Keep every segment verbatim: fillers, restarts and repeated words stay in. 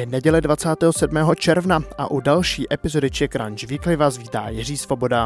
Je neděle dvacátého sedmého června a u další epizody CzechCrunch Weekly vás vítá Jiří Svoboda.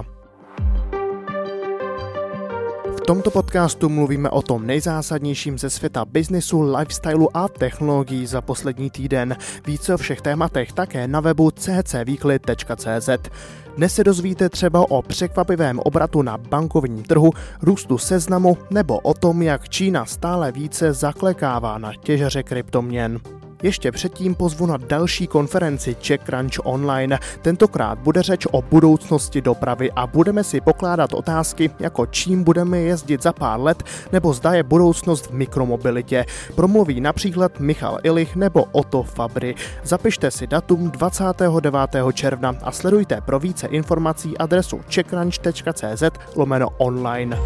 V tomto podcastu mluvíme o tom nejzásadnějším ze světa biznisu, lifestylu a technologií za poslední týden. Více o všech tématech také na webu c c weekly tečka c z. Dnes se dozvíte třeba o překvapivém obratu na bankovním trhu, růstu Seznamu nebo o tom, jak Čína stále více zaklekává na těžaře kryptoměn. Ještě předtím pozvu na další konferenci CzechCrunch Online. Tentokrát bude řeč o budoucnosti dopravy a budeme si pokládat otázky, jako čím budeme jezdit za pár let, nebo zda je budoucnost v mikromobilitě. Promluví například Michal Illich nebo Otto Fabry. Zapište si datum dvacátého devátého června a sledujte pro více informací adresu czechcrunch tečka c z lomeno online.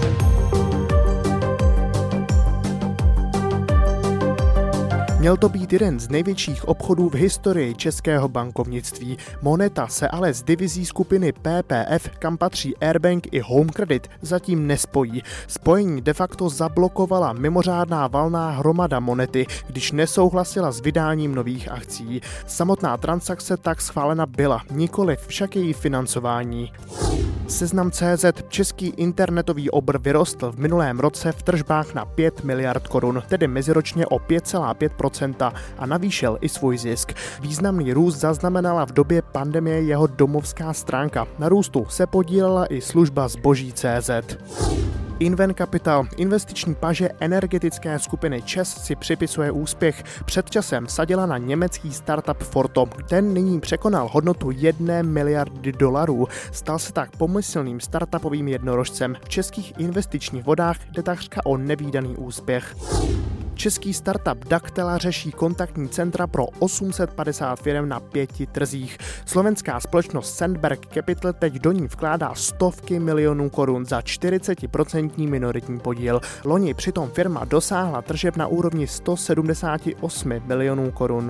Měl to být jeden z největších obchodů v historii českého bankovnictví. Moneta se ale z divizí skupiny P P F, kam patří Airbank i Home Credit, zatím nespojí. Spojení de facto zablokovala mimořádná valná hromada Monety, když nesouhlasila s vydáním nových akcí. Samotná transakce tak schválena byla, nikoliv však její financování. Seznam tečka cé zet, český internetový obr, vyrostl v minulém roce v tržbách na pět miliard korun, tedy meziročně o pět celá pět procenta a navýšil i svůj zisk. Významný růst zaznamenala v době pandemie jeho domovská stránka. Na růstu se podílela i služba zboží tečka cé zet. Inven Capital, investiční paže energetické skupiny ČEZ, si připisuje úspěch. Před časem vsadila na německý startup Forto. Ten nyní překonal hodnotu jedné miliardy dolarů. Stal se tak pomyslným startupovým jednorožcem. V českých investičních vodách jde takřka o nevídaný úspěch. Český startup Daktela řeší kontaktní centra pro osm set padesát firem na pěti trzích. Slovenská společnost Sandberg Capital teď do ní vkládá stovky milionů korun za čtyřicet procent minoritní podíl. Loni přitom firma dosáhla tržeb na úrovni sto sedmdesát osm milionů korun.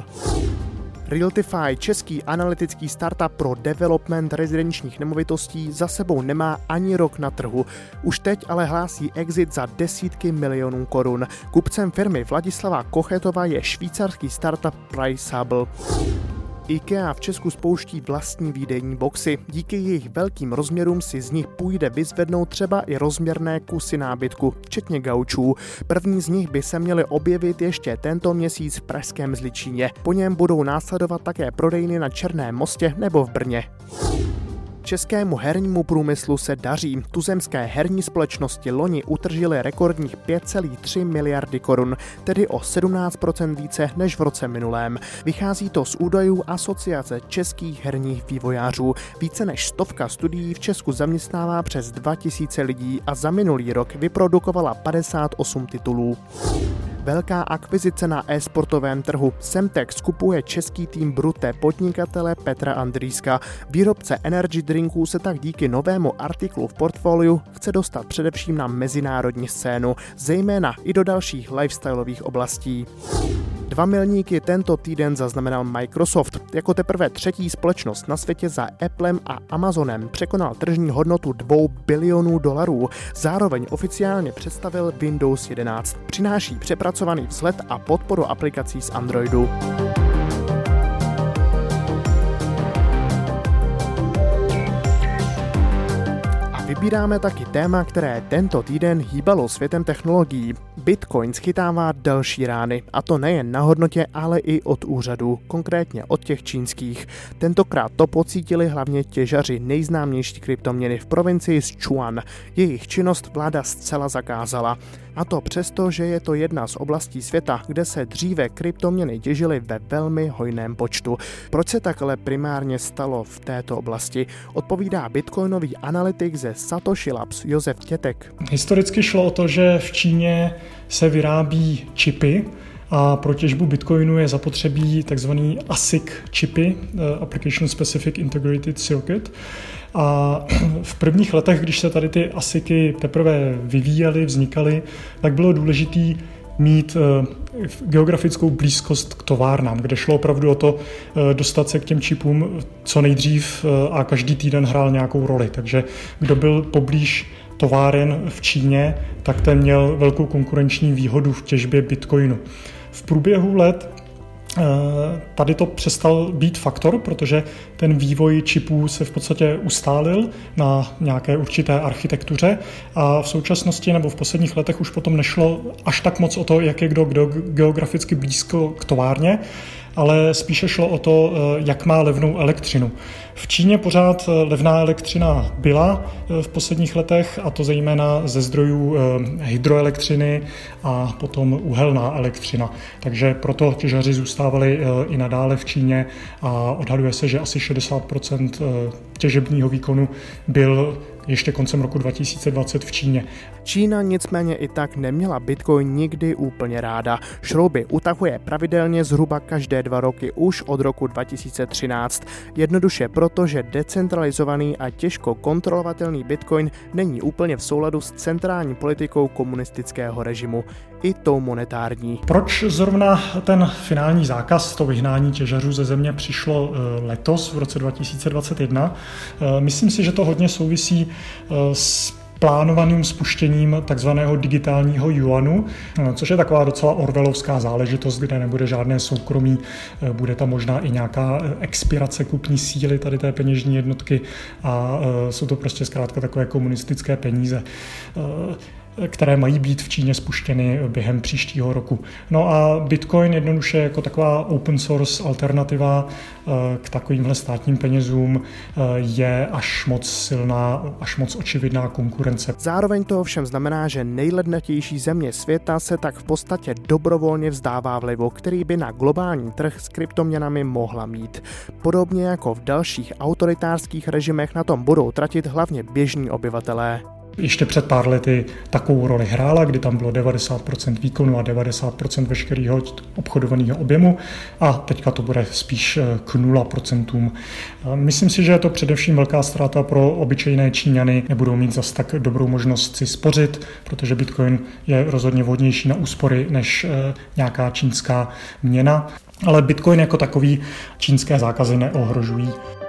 Realtify, český analytický startup pro development rezidenčních nemovitostí, za sebou nemá ani rok na trhu. Už teď ale hlásí exit za desítky milionů korun. Kupcem firmy Vladislava Kochetova je švýcarský startup PriceHubble. IKEA v Česku spouští vlastní výdejní boxy. Díky jejich velkým rozměrům si z nich půjde vyzvednout třeba i rozměrné kusy nábytku, včetně gaučů. První z nich by se měly objevit ještě tento měsíc v pražském Zličíně. Po něm budou následovat také prodejny na Černém mostě nebo v Brně. Českému hernímu průmyslu se daří. Tuzemské herní společnosti loni utržily rekordních pět celá tři miliardy korun, tedy o sedmnáct procent více než v roce minulém. Vychází to z údajů Asociace českých herních vývojářů. Více než stovka studií v Česku zaměstnává přes dva tisíce lidí a za minulý rok vyprodukovala padesát osm titulů. Velká akvizice na e-sportovém trhu. Semtex skupuje český tým Brute podnikatele Petra Andrýska. Výrobce energy drinků se tak díky novému artiklu v portfoliu chce dostat především na mezinárodní scénu, zejména i do dalších lifestyleových oblastí. Dva milníky tento týden zaznamenal Microsoft. Jako teprve třetí společnost na světě za Applem a Amazonem překonal tržní hodnotu dvou bilionů dolarů. Zároveň oficiálně představil Windows jedenáct. Přináší přepracovaný vzhled a podporu aplikací z Androidu. Vybíráme taky téma, které tento týden hýbalo světem technologií. Bitcoin schytává další rány, a to nejen na hodnotě, ale i od úřadů, konkrétně od těch čínských. Tentokrát to pocítili hlavně těžaři nejznámější kryptoměny v provincii Sichuan. Jejich činnost vláda zcela zakázala. A to přesto, že je to jedna z oblastí světa, kde se dříve kryptoměny těžily ve velmi hojném počtu. Proč se tak ale primárně stalo v této oblasti? Odpovídá bitcoinový analytik ze Satoshi Labs Josef Tětek. Historicky šlo o to, že v Číně se vyrábí čipy a pro těžbu bitcoinu je zapotřebí takzvaný A S I C čipy, Application Specific Integrated Circuit. A v prvních letech, když se tady ty ASICy teprve vyvíjely, vznikaly, tak bylo důležitý mít geografickou blízkost k továrnám, kde šlo opravdu o to dostat se k těm čipům co nejdřív a každý týden hrál nějakou roli. Takže kdo byl poblíž továren v Číně, tak ten měl velkou konkurenční výhodu v těžbě bitcoinu. V průběhu let Tady to přestal být faktor, protože ten vývoj čipů se v podstatě ustálil na nějaké určité architektuře a v současnosti nebo v posledních letech už potom nešlo až tak moc o to, jak je kdo, kdo geograficky blízko k továrně, ale spíše šlo o to, jak má levnou elektřinu. V Číně pořád levná elektřina byla v posledních letech, a to zejména ze zdrojů hydroelektřiny a potom uhelná elektřina. Takže proto těžaři zůstávali i nadále v Číně a odhaduje se, že asi šedesát procent těžebního výkonu byl ještě koncem roku dva tisíce dvacet v Číně. Čína nicméně i tak neměla Bitcoin nikdy úplně ráda. Šrouby utahuje pravidelně zhruba každé dva roky už od roku dva tisíce třináct. Jednoduše proto, že decentralizovaný a těžko kontrolovatelný Bitcoin není úplně v souladu s centrální politikou komunistického režimu, i tou monetární. Proč zrovna ten finální zákaz, to vyhnání těžařů ze země přišlo letos, v roce dva tisíce dvacet jedna? Myslím si, že to hodně souvisí s plánovaným spuštěním takzvaného digitálního juanu, což je taková docela orwellovská záležitost, kde nebude žádné soukromí, bude tam možná i nějaká expirace kupní síly tady té peněžní jednotky a jsou to prostě zkrátka takové komunistické peníze, které mají být v Číně spuštěny během příštího roku. No a Bitcoin jednoduše jako taková open source alternativa k takovýmhle státním penězům je až moc silná, až moc očividná konkurence. Zároveň to ovšem znamená, že nejlednatější země světa se tak v podstatě dobrovolně vzdává vlivu, který by na globální trh s kryptoměnami mohla mít. Podobně jako v dalších autoritářských režimech na tom budou tratit hlavně běžní obyvatelé. Ještě před pár lety takovou roli hrála, kdy tam bylo devadesát procent výkonu a devadesát procent veškerého obchodovaného objemu a teďka to bude spíš k nula procentům. Myslím si, že je to především velká ztráta pro obyčejné Číňany. Nebudou mít zas tak dobrou možnost si spořit, protože Bitcoin je rozhodně vhodnější na úspory než nějaká čínská měna, ale Bitcoin jako takový čínské zákazy neohrožují.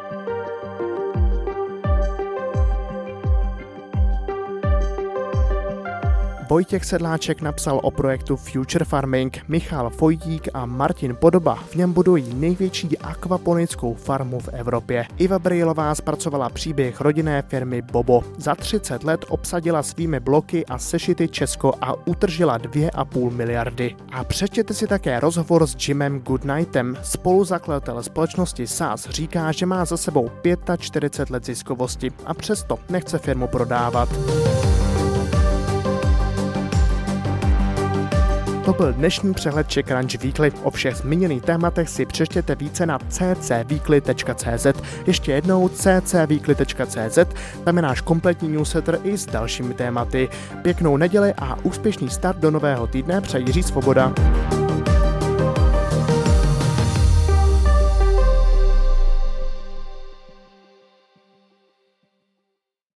Vojtěch Sedláček napsal o projektu Future Farming, Michal Fojtík a Martin Podoba v něm budují největší akvaponickou farmu v Evropě. Iva Brejlová zpracovala příběh rodinné firmy Bobo. Za třicet let obsadila svými bloky a sešity Česko a utržila dvě a půl miliardy. A přečtěte si také rozhovor s Jimem Goodnightem. Spoluzakladatel společnosti SaaS říká, že má za sebou čtyřicet pět let ziskovosti a přesto nechce firmu prodávat. To byl dnešní přehled Czech Crunch Weekly. O všech zmíněných tématech si přečtěte více na c c weekly tečka c z. Ještě jednou c c weekly tečka c z, tam je náš kompletní newsletter i s dalšími tématy. Pěknou neděli a úspěšný start do nového týdne přeje Jiří Svoboda.